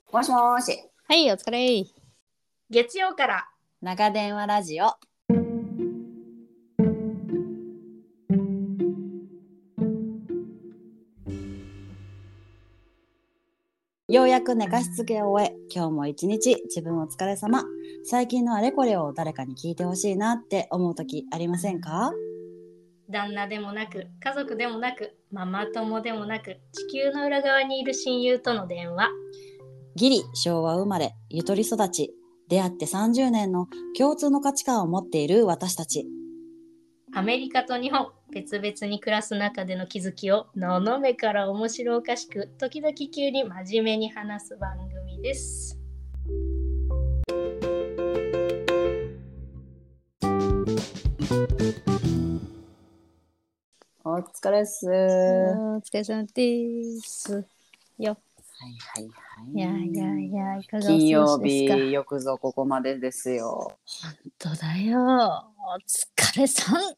もしもーし。 はい、お疲れ。 月曜から長電話ラジオ。ようやく寝かしつけを終え、今日も一日自分お疲れ様。最近のあれこれを誰かに聞いてほしいなって思う時ありませんか？ 旦那でもなく家族でもなくママ友でもなく地球の裏側にいる親友との電話。 ギリ昭和生まれ、ゆとり育ち、出会って30年の共通の価値観を持っている私たち。 アメリカと日本別々に暮らす中での気づきをののめから面白おかしく時々急に真面目に話す番組です。 お疲れっす。 お疲れ様ですよ。 はいはいはい。 いやいやいや、いかがお金曜過ごしですか。 日よくぞここまでですよ。 本当だよ。お疲れさん。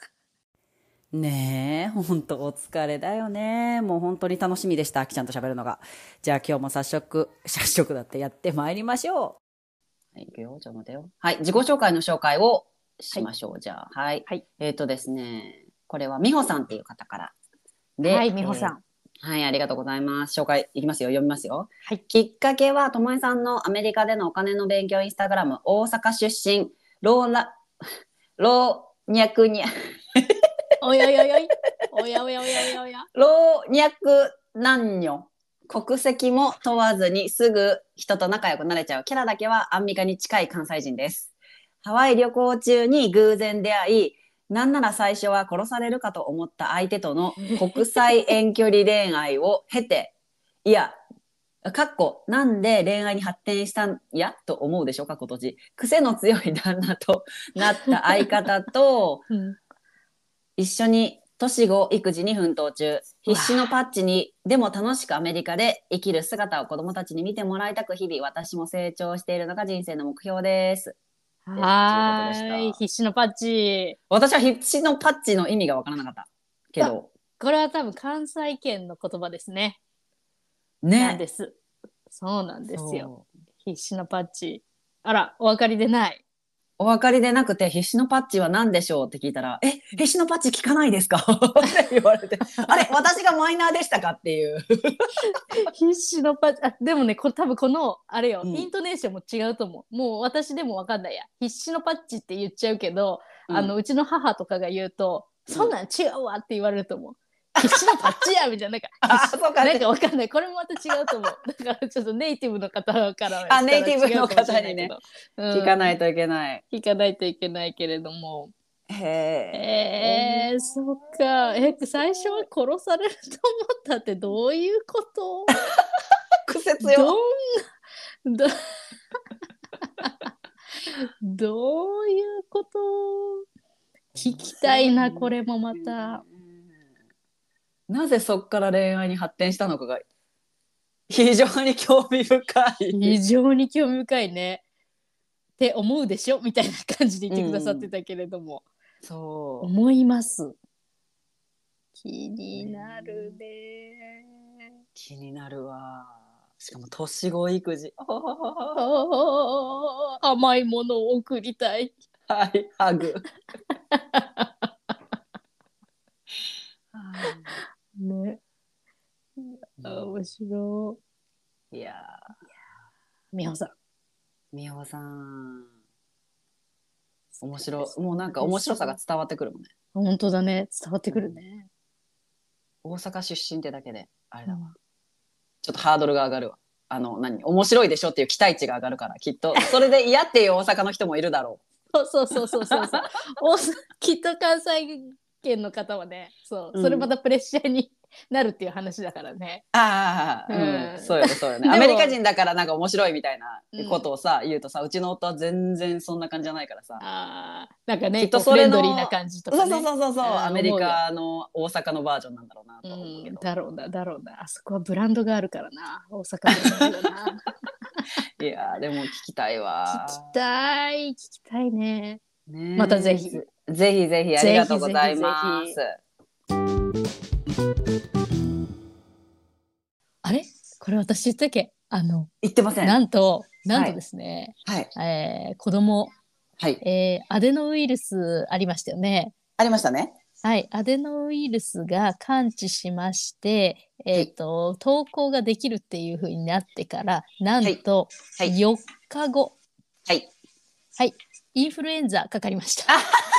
ねえ、ほんとお疲れだよね。もう本当に楽しみでした、あきちゃんと喋るのが。じゃあ今日も早速だってやってまいりましょう。はい、いくよ。じゃあ待てよ。はい、自己紹介の紹介をしましょう。じゃあ、はい。 はい。 ですね、これは美穂さんっていう方からで、 はい、美穂さん。 はい、ありがとうございます。紹介いきますよ。読みますよ。 はい。 きっかけは、ともえさんのアメリカでのお金の勉強インスタグラム、大阪出身、老若おやおやおやおやおやおやおやおや。 老若男女、国籍も問わずにすぐ人と仲良くなれちゃうキャラだけはアンミカに近い関西人です。ハワイ旅行中に偶然出会い、なんなら最初は殺されるかと思った相手との国際遠距離恋愛を経て、いや、なんで恋愛に発展したんやと思うでしょうか、今年。癖の強い旦那となった相方と、一緒に年子育児に奮闘中、必死のパッチにでも楽しくアメリカで生きる姿を子供たちに見てもらいたく、日々私も成長しているのが人生の目標です。 はーい、必死のパッチ。 私は必死のパッチの意味がわからなかったけど、 これは多分関西圏の言葉ですね。 ね、 なんです。そうなんですよ。必死のパッチ。あら、お分かりでない。 お分かりでなくて、必死のパッチは何でしょうって聞いたら、必死のパッチ聞かないですかって言われて、あれ、私がマイナーでしたかっていう。 必死のパッチ。あ、でもね、これ多分この、あれよ、 うんイントネーションも違うと思う。もう私でも分かんないや。必死のパッチって言っちゃうけど、うちの母とかが言うと、そんなん違うわって言われると思う。必死のパッチやみたいな、 そうかなんかわかんない。これもまた違うと思う。だからちょっとネイティブの方からはネイティブの方にね、聞かないと。 といけない。 聞かないといけないけれども。 へー。 そっか。最初は殺されると思ったってどういうこと？ 癖強。 どういうこと？聞きたいな、これもまた。 なぜそっから恋愛に発展したのかが非常に興味深い。 非常に興味深いね。って思うでしょみたいな感じで言ってくださってたけれども、 そう思います。気になるね。 気になるわ。しかも年子育児。 甘いものを送りたい。 はい、ハグ。 ね。面白いやい。美穂さん。 美穂さん。面白い。もうなんか面白さが伝わってくるもんね。 本当だね。伝わってくるね。 大阪出身ってだけで、あれだわ。ちょっとハードルが上がるわ。面白いでしょっていう期待値が上がるから、きっと。それで嫌っていう大阪の人もいるだろう。そう。きっと関西圏の方はね、それまたプレッシャーになるっていう話だからね。 そうよね。アメリカ人だからなんか面白いみたいなことをさ、言うとさ、うちの夫は全然そんな感じじゃないからさ。 なんかね、 きっとそれのフレンドリーな感じとかね。 そう、アメリカの大阪のバージョンなんだろうなと思うけど。 だろうな。あそこはブランドがあるからな。大阪のな。 いやでも聞きたいわ。 聞きたいね。またぜひ。 ぜひありがとうございます。 あれこれ私言ったっけ？ 言ってません。 なんとですね、 はい。 子供、 はい。 アデノウイルスありましたよね。 ありましたね。 はい、アデノウイルスが完治しまして、 はい。 登校ができるっていう風になってから、なはい。 んとはい。 4日後、 はい。 はい、インフルエンザかかりました。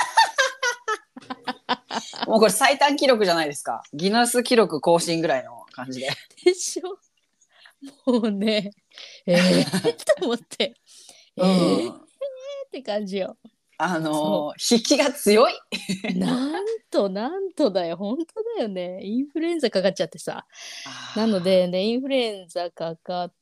もうこれ最短記録じゃないですか。ギネス記録更新ぐらいの感じで。 でしょ。もうね、と思って、 うん。 って感じよ。 引きが強い。 なんとだよ、本当だよね。インフルエンザかかっちゃってさ。なのあで、ね、インフルエンザかかって、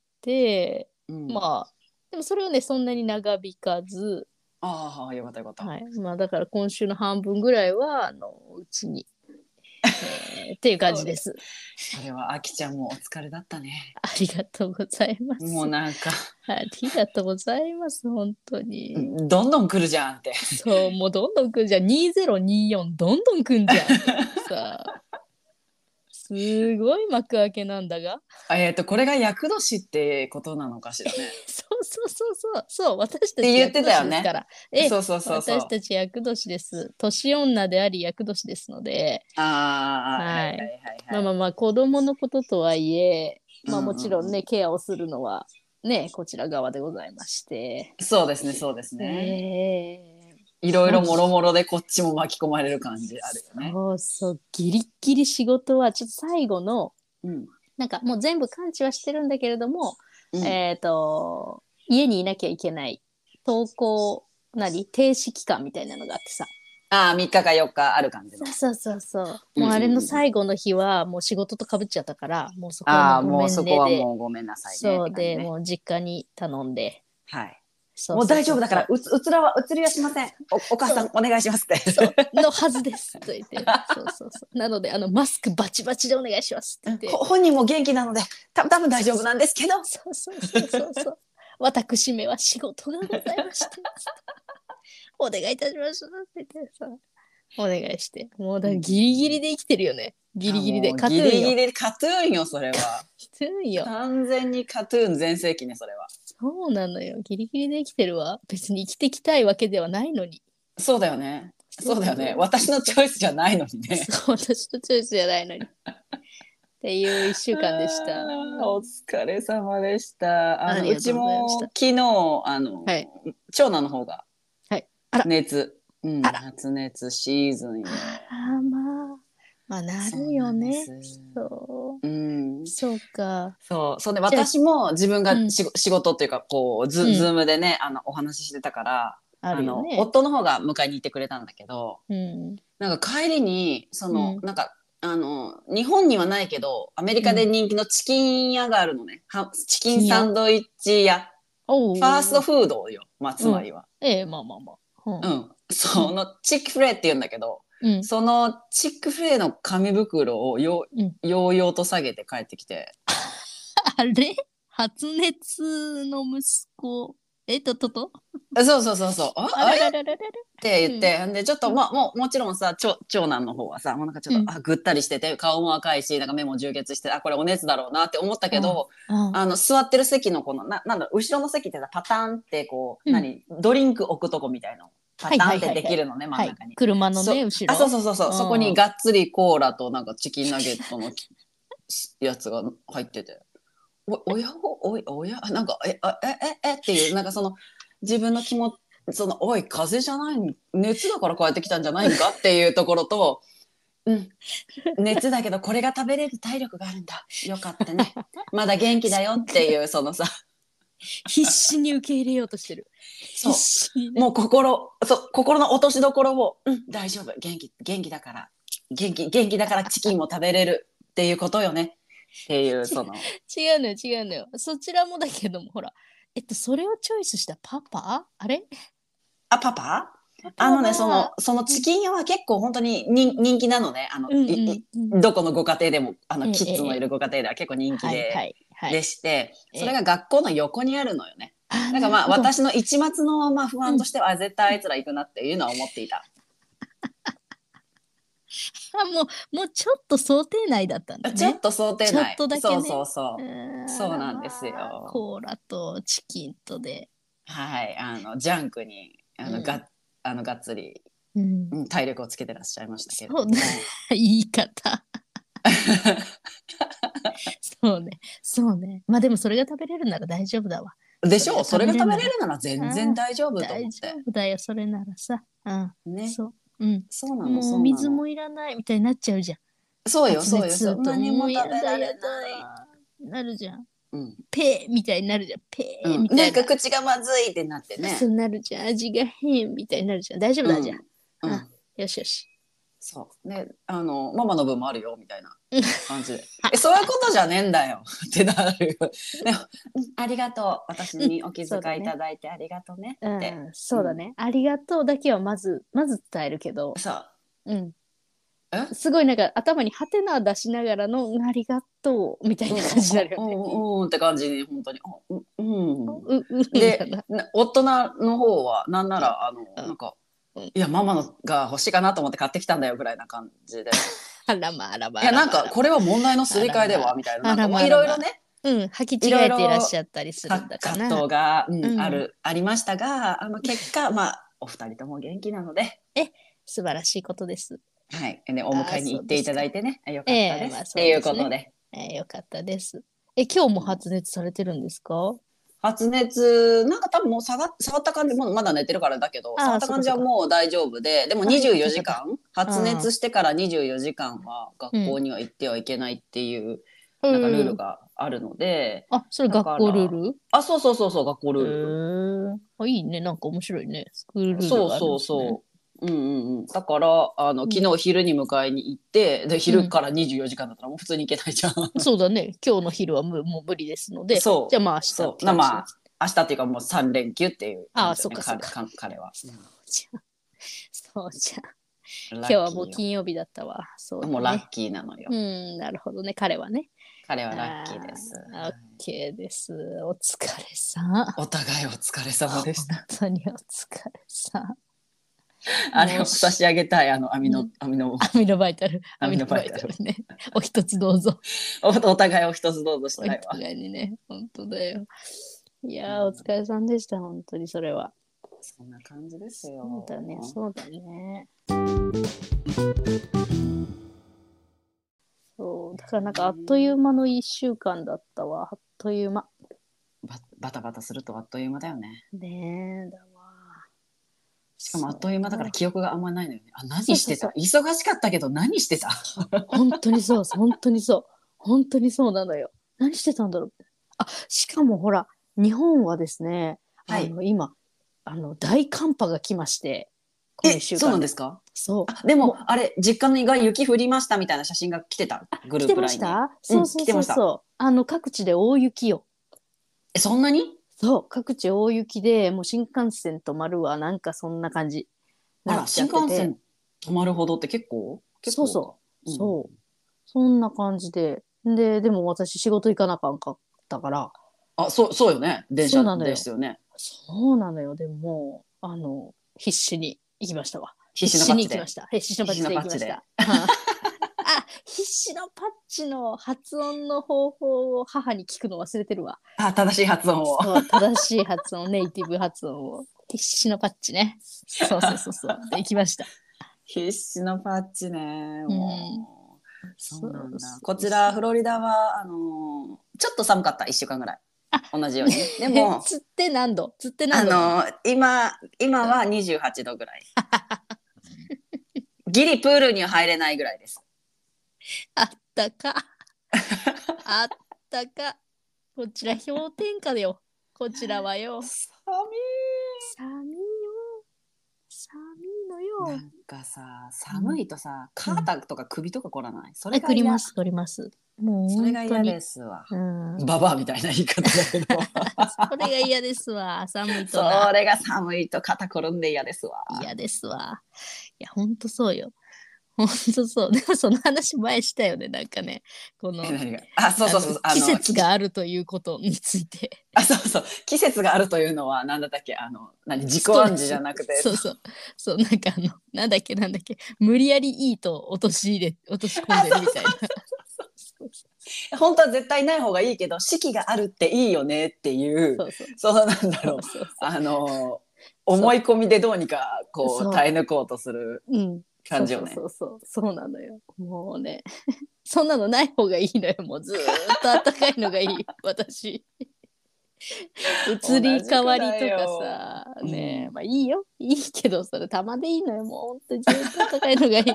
ー、うん。 まあ、でもそれはね、そんなに長引かず、 ああ、よかったよかった。 はい。まあ、だから今週の半分ぐらいは、うちに、っていう感じそれ、 です。 それはあきちゃんもお疲れだったね。 ありがとうございまもうす。 なんか、 ありがとうございます、本当に。 どんどん来るじゃんって。 そう、もうどんどん来んじゃん。2024どんどん来んじゃんと思ってさ。すごい幕開けなんだが。 これが厄年ってことなのかしらね。っそう、私たて言ってち厄たよね。 年ですから。 そうそうそうそう。 私たち厄年です。年女であり厄年ですので、 ああ、はいはいはい。 はいはい。 まあまあまあ、子供のこととはいえ、 うんまあもちろんね、 うんうん。 ケアをするのは、ね、こちら側でございまして。 そうですね、そうですえね。 えいろいまあ、 ろもろもろでこっちも巻き込まれる感じあるよね。 そうそう、ギリッギリ仕事は、ちょっと最後の、 うん。 なんかもう全部完治はしてるんだけれども、 うん。 家にいなきゃいけない、登校停止期間みたいなのがあってさ。 ああ、3日か4日ある感じの。 もうあれのうんうんうん。 最後の日はもう仕事とかぶっちゃったから、もうそこはもああ、 うごめんもうそこねで、 はもうごめんなさいねっそうで、 て感じね。 もう実家に頼んで、 はい。 そうそうもう大丈そうそう。 夫だから、うつりはしません。お母さんそう、 お願いしますって。 のはずですと言って、なので、マスクバチバチでお願いしますって言って、 本人も元気なので、多分大丈夫なんですけど。 私めは仕事がございまして、お願いいたしますって言ってさ、お願いして。もうだからギリギリで生きてるよね。ギリギリで。 もうカトゥーンよ。 ギリギリカトゥーンよ、それは。 カトゥーンよ。 完全にカトゥーン全盛期ね、それは。 そうなのよ。ギリギリで生きてるわ。別に生きてきたいわけではないのに。 そうだよね。そうだよね。 そうなのよ。 私のチョイスじゃないのにね。 そう、私のチョイスじゃないのに。っていう一週間でした。 お疲れ様でした。うちありがとうございました。 も昨日、 はい。 長男の方がはい。あら、 熱、うん、 あら。 発熱シーズンよ。 まあ、なそうるよね。 なんです。 そう。 うん。 そうか。 そうで、 じゃあ、 私も自分がうん、 仕事っていうか、こう、ズうん。 ームでね、お話ししてたから、 あるよね。 夫の方が迎えに行ってくれたんだけど、 うん、 なんか帰りに、 うん、 なんか、日本にはないけど、アメリカでうん。 人気のチキン屋があるのね。チキンチキン屋サンドイッチ屋。ファーストおおフードよ。まあ、つうん。 まりは。 まあまあまあ。うん。 うん。 うん。 その、チックフレーって言うんだけど、 うん。 そのチックフレーの紙袋をうん。 ようようと下げて帰ってきて、 あれ発熱の息子。 そう。 あらららららら。 って言っうん。 て、んで、ちょっと、 うん。 まあ、もちろんさ、長男の方はさ、もうなんかちょっと、 うん。 ぐったりしてて、顔も赤いし、なんか目も充血して、これお熱だろうなって思ったけあど、 あ。 座ってる席のなんだろう、後ろの席ってさ、パターンって、こう、 うん。 ドリンク置くとこみたいな。パはいターンってではいはいはい。 きるのね、真はい。 ん中に。 車のね、後そうろ。 そう。そこにうがっつりコーラとなんかチキンナゲットのやつが入ってて。おや、なんか、っていう、なんかその、自分の気持ち、おい、風邪じゃないの、熱だからこうやってきたんじゃないのかっていうところと、うん、熱だけどこれが食べれる体力があるんだ。よかったね。まだ元気だよっていう、そのさ、 必死に受け入れようとしてる。必そ死にう、 ね。 もう心の落としどころを、大丈夫、元気だから、元気だからチキンも食べれるっていうことよね。っていう、 違うのよ。そちらもだけども、ほら。それをチョイスしたパパあれパパパパそは、 のチキン屋は結構本当に人気なのね。 うん。 どこのご家庭でも、キッズのいええ、 るご家庭では結構人気でして、それがええ。 学校の横にあるのよね。だからまあなるほど。 私の一末のまあ不うん。 安としては、絶対あいつら行くなっていうのは思っていた。 もうちょっと想定内だったんだね。 ちょっと想定内。 ちょっとだけねそうそうそう。そうなんですよ。 コーラとチキンとで。 はい、ジャンクにがっつり、体力をつけてらっしゃいましたけれども。 言い方。そうね、そうね。まあでもそれが食べれるなら大丈夫だわ。 でしょう。それが食べれるなら全然大丈夫と思って。 大丈夫だよ、それならさ。 ね。 そう。 そうなの。 もう水もいらないみたいになっちゃうじゃん。 そうよ、そうよ。 何も食べられない。 なるじゃん。ペーみたいになるじゃん。ペーみたいな。 なんか口がまずいってなってね。 そうなるじゃん。味が変みたいになるじゃん。大丈夫だじゃん。よしよし。 そうね、ママの分もあるよみたいな感じでそういうことじゃねえんだよってなる。でもありがとう、私にお気遣いいただいてありがとうねって。 そうだね、ありがとうだけはまず伝えるけど、すごいなんか頭にハテナ出しながらのありがとうみたいな感じになるよね。 って感じに本当に。で大人の方はなんならなんかいやママのが欲しいかなと思って買ってきたんだよぐらいな感じで。 あらまあらまあ。 いやなんかこれは問題のすり替えではみたいな、なんかいろいろね。 履き違えていらっしゃったりするんだかな。 葛藤がありましたが、結果お二人とも元気なので。 素晴らしいことです。 はい、お迎えに行っていただいてね、よかったですっていうことで。 よかったです。今日も発熱されてるんですか？ 発熱なんか多分もう下がった感じ、もうまだ寝てるからだけど、下がった感じはもう大丈夫で、でも24時間発熱してから24時間は学校には行ってはいけないっていうなんかルールがあるので。 それ学校ルール？ そう学校ルール。いいね、なんか面白いね。スクールルールがあるんですね。 そうだから昨日昼に迎えに行ってで昼から24時間だったらもう普通に行けないじゃん。 そうだね、今日の昼はもう無理ですので、じゃあまあ明日まあ明日っていうかもう3連休っていう感じ、 そうか彼は。 そうじゃ今日はもう金曜日だったわ。そうね、 もうラッキーなのよ。 なるほどね、彼はね。 彼はラッキーです。 オッケーです。お疲れさん。 お互いお疲れ様でした。 本当にお疲れさん。 あれを差し上げたい、アミノバイタルね。お一つどうぞ。 お互いお一つどうぞしたいわ。 お互いにね、本当だよ。いやお疲れさんでした、本当にそれは。 そんな感じですよ。 そうだね、そうだね。そう、だからなんかあっという間の1週間だったわ、あっという間。 バタバタするとあっという間だよね。 ねえ、だわ。 しかもあっという間だから記憶があんまないのよね。何してた？忙しかったけど何してた？ 本当にそう、本当にそう。本当にそうなのよ。何してたんだろう。しかもほら、日本はですね、今、大寒波が来まして、この1週間。 そうなんですか？ そう。 でも、あれ、実家が雪降りましたみたいな写真が来てた、グループラインに。来てました？そう。各地で大雪よ。 そんなに？ そう、各地大雪で、もう新幹線止まるわ、なんかそんな感じ。 新幹線止まるほどって結構そう。そんな感じで。でも私仕事行かなあかったから。 そうよね。電車ですよね。 そうなのよ。でも必死に行きましたわ。 必死のパッチで行きました。必死のパッチで行きました。必死のパッチの発音の方法を母に聞くの忘れてるわ。 正しい発音を。 そう、正しい発音、ネイティブ発音を。必死のパッチね。そう。で行きました。 必死のパッチね。そうなんだ。こちらフロリダはちょっと寒かった、1週間ぐらい。同じように。でもつって何度？ 今は28度ぐらい。ギリプールには入れないぐらいです。 あったか。こちら氷点下だよ。こちらはよ。寒いのよ。 なんかさ、寒いとさ、肩とか首とか凝らない？それが凝ります。もうそれが嫌ですわ。ババアみたいな言い方だけど。 それが嫌ですわ。寒いとそれが寒いと肩こるんで嫌ですわ。 嫌ですわ。いや、ほんとそうよ。 ほんとそう。でもその話前したよね、なんかね。この何がそうそうそう季節があるということについて。 そうそう季節があるというのは何だったっけ自己暗示じゃなくてそうそう。そう、なんかなんだっけ、無理やりいいと落とし込んでるみたいな。 本当は絶対ない方がいいけど四季があるっていいよねっていうそのなんだろう思い込みでどうにかこう耐え抜こうとする感じよね。 そうなのよ。もうねそんなのない方がいいのよ。もうずーっと暖かいのがいい私。移り変わりとかさね、まあいいよ、いいけどそれたまでいいのよ。もうほんとずっと暖かいのがいい。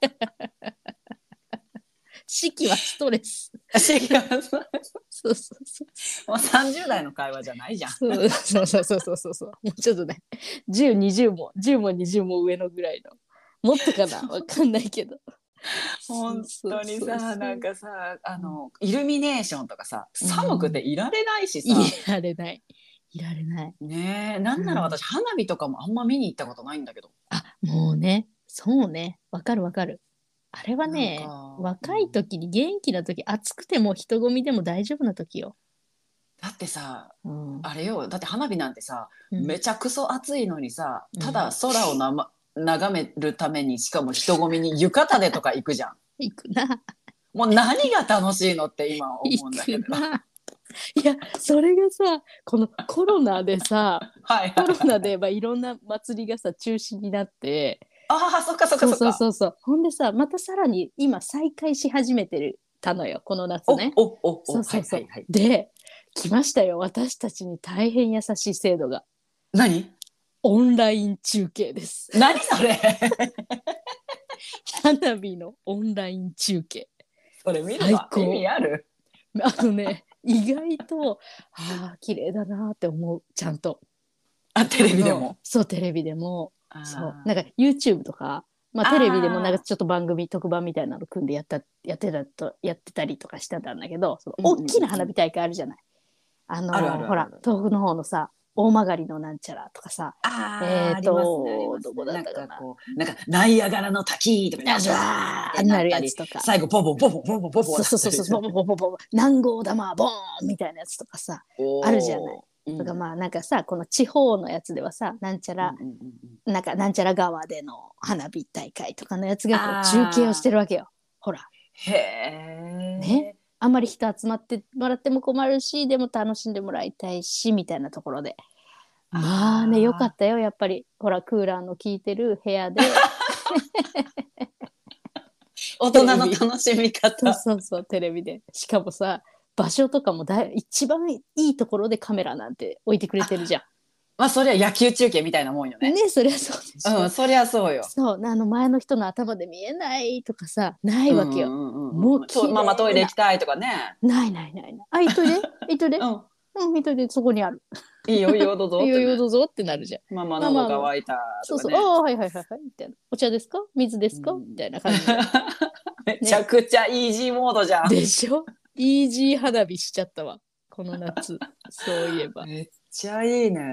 四季はストレス。 四季はストレス。 そうそうそう。 もう30代の会話じゃないじゃん。 そうもうちょっとね、10、20も20も上のぐらいの。もっとかな、わかんないけど。 本当にさ、なんかさ、イルミネーションとかさ、寒くていられないしさ。 いられない。 ねえ、なんなら私、花火とかもあんま見に行ったことないんだけど。 もうね、そうね、わかる。あれはね、若い時に元気な時、暑くても人混みでも大丈夫な時よ。 だってさ、あれよ、だって花火なんてさ、めちゃくそ暑いのにさ、ただ空を眺めるために、しかも人混みに浴衣でとか行くじゃん。 行くな。 もう何が楽しいのって今思うんだけど。 いや、それがさ、このコロナでさ、コロナでいろんな祭りがさ中止になって。 そっか。 そう。ほんでさ、またさらに今再開し始めてたのよ、この夏ね。そう。で、来ましたよ、私たちに大変優しい制度が。 何？ オンライン中継です。 何それ？ 花火のオンライン中継。 それ見るわ。意味ある？ 意外と綺麗だなって思う、ちゃんと。 テレビでも？ そう、テレビでも。そうなんか YouTube とか、テレビでもなんかちょっと番組特番みたいなの組んでやってたりとかしてたんだけど、大きな花火大会あるじゃない。ほら東北の方のさ、大曲のなんちゃらとかさ、どこだったかな、 なんかナイアガラの滝とかなるやつとか、 最後ボボそう南郷玉ボーンみたいなやつとかさあるじゃない。とかなんかさ、この地方のやつではさ、なんちゃら川での花火大会とかのやつが中継をしてるわけよ。ほら。 へえ。 ね。あんまり人集まってもらっても困るし、でも楽しんでもらいたいしみたいなところで。まあね、よかったよ、やっぱり。ほら、クーラーの効いてる部屋で。 大人の楽しみ方。 そう、テレビで。しかもさ、場所とかも一番いいところでカメラなんて置いてくれてるじゃん。 そりゃ野球中継みたいなもんよね。 ね、そりゃそうでしょ。 そりゃそうよ。 そう、前の人の頭で見えないとかさ、ないわけよ。 もうママトイレ行きたいとかね。 ない。行っといで。行っといで、そこにある。 いいよどうぞ。 いいよどうぞってなるじゃん。 ママ喉乾いたとかね。 はいみたいな。お茶ですか？水ですか？みたいな感じで。 めちゃくちゃイージーモードじゃん。 でしょ？イージー花火しちゃったわ、この夏。そういえば。 めっちゃいいね。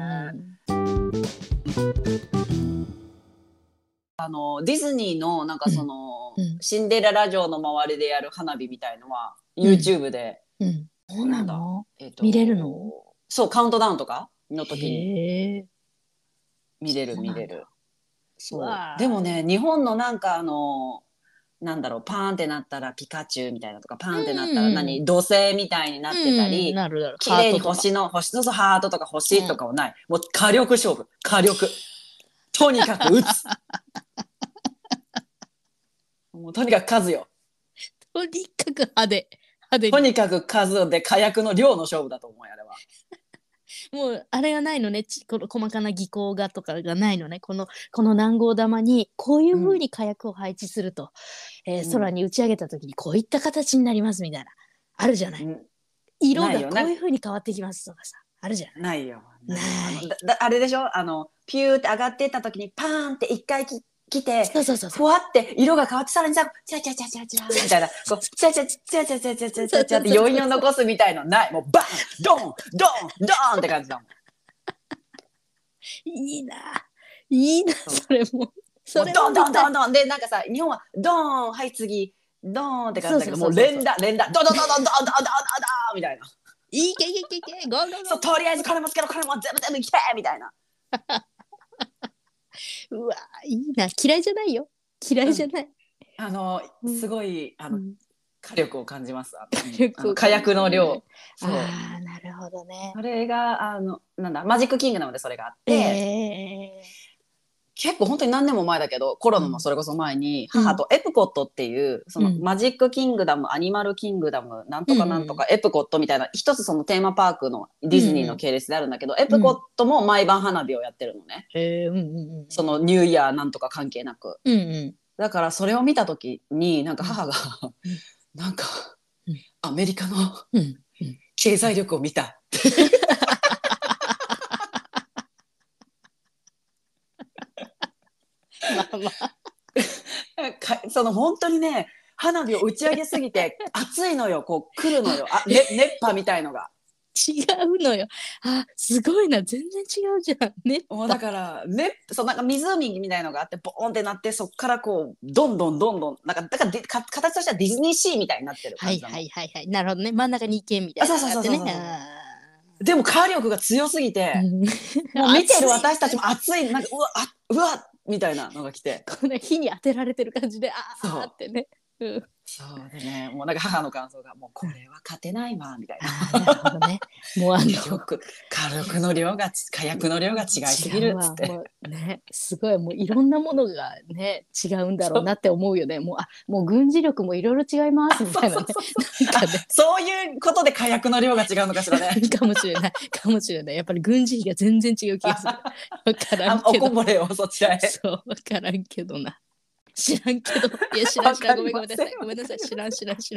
ディズニーのなんかシンデレラ城の周りでやる花火みたいのは YouTube で、 そうなの？見れるの？ そう、カウントダウンとかの時に見れる。そうでもね、日本のなんかなんだろう、パーンってなったらピカチュウみたいなとか、パーンってなったら土星みたいになってたり、綺麗に星そうハートとか星とかはない。もう火力勝負、とにかく撃つ。もうとにかく数よ。 とにかく派手。 とにかく数で火薬の量の勝負だと思うよ、あれは。 もうあれがないのね、この細かな技巧がとかがないのね。この南郷玉にこういう風に火薬を配置すると、空に打ち上げた時にこういった形になりますみたいな、あるじゃない。色がこういう風に変わってきますとかさ、あるじゃない。 ないよ。あれでしょ、ピューって上がっていった時にパーンって一回来て、ふわって色が変わって、さらにさ、チャチャチャチャチャみたいな、こうチャチャチャチャチャチャチャチャチャって余韻を残すみたいのない。もうバンドンドンドンって感じだもん。 いいな、それもそれドンドンドンン。 ドンでなんかさ日本はドーンはい次ドーンって感じだけどもうそうそうそうそう連打ドンドンドンドンドンドンドンドンみたいな。 いけいけいけゴーゴーゴー。 そうとりあえずこれもつけろこれも全部いけみたいな。 うわいいな。嫌いじゃないよ。嫌いじゃない。 すごいうん火力を感じます。 力火薬の量。そうああなるほどね。 それがなんだマジックキングダムでそれがあって、結構本当に何年も前だけどコロナのそれこそ前に、母とエプコットっていうその、マジックキングダムアニマルキングダムなんとかなんとか、エプコットみたいな一つそのテーマパークのディズニーの系列であるんだけど、エプコットも毎晩花火をやってるのね、そのニューイヤーなんとか関係なく、だからそれを見た時になんか母が、なんか、アメリカの経済力を見たその本当にね花火を打ち上げすぎて暑いのよこう来るのよ熱波みたいのが違うのよ。あすごいな全然違うじゃんね。 もうだからそうなんか湖みたいのがあってボーンってなってそっからこうどんどんなんかだから形としてはディズニーシーみたいになってる感じなの。 はいなるほどね真ん中に池みたいなのがあってね。 でも火力が強すぎて、もう見てる私たちも熱いなんかうわみたいなのが来てこの火に当てられてる感じであってね。 そうでねもうなんか母の感想がもうこれは勝てないわみたいな。なるほどね。もう火力の量が火薬の量が違いすぎるっつってもうねすごいもういろんなものがね違うんだろうなって思うよね。もう軍事力もいろいろ違いますみたいなね。 そういうことで火薬の量が違うのかしらね。 かもしれないやっぱり軍事費が全然違う気がする。わからんけど。 おこぼれをそちらへ。 そうわからんけどな。知らんけどいや知らんごめんなさい知らん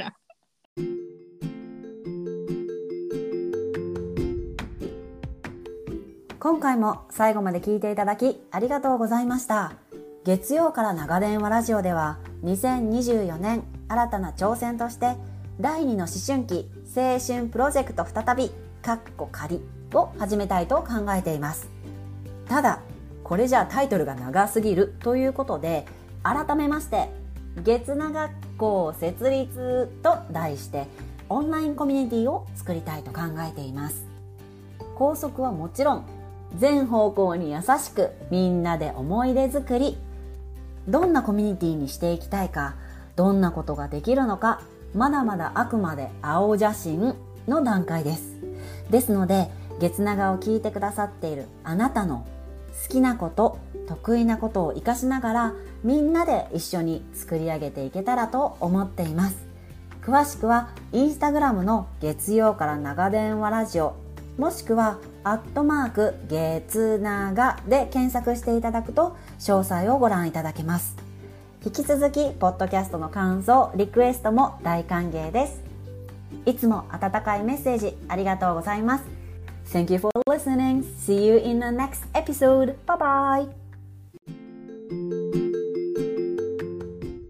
今回も最後まで聞いていただきありがとうございました。月曜から長電話ラジオでは2024年新たな挑戦として第2の思春期青春プロジェクト再び仮を始めたいと考えています。ただこれじゃタイトルが長すぎるということで改めまして月名学校設立と題してオンラインコミュニティを作りたいと考えています。校則はもちろん全方向に優しくみんなで思い出作り、どんなコミュニティにしていきたいか、どんなことができるのか、まだまだあくまで青写真の段階です。ですので月長を聞いてくださっているあなたの好きなこと得意なことを活かしながらみんなで一緒に作り上げていけたらと思っています。詳しくはインスタグラムの月曜から長電話ラジオもしくは@月長で検索していただくと詳細をご覧いただけます。引き続きポッドキャストの感想リクエストも大歓迎です。いつも温かいメッセージありがとうございます。Thank you for listening. See you in the next episode. Bye bye.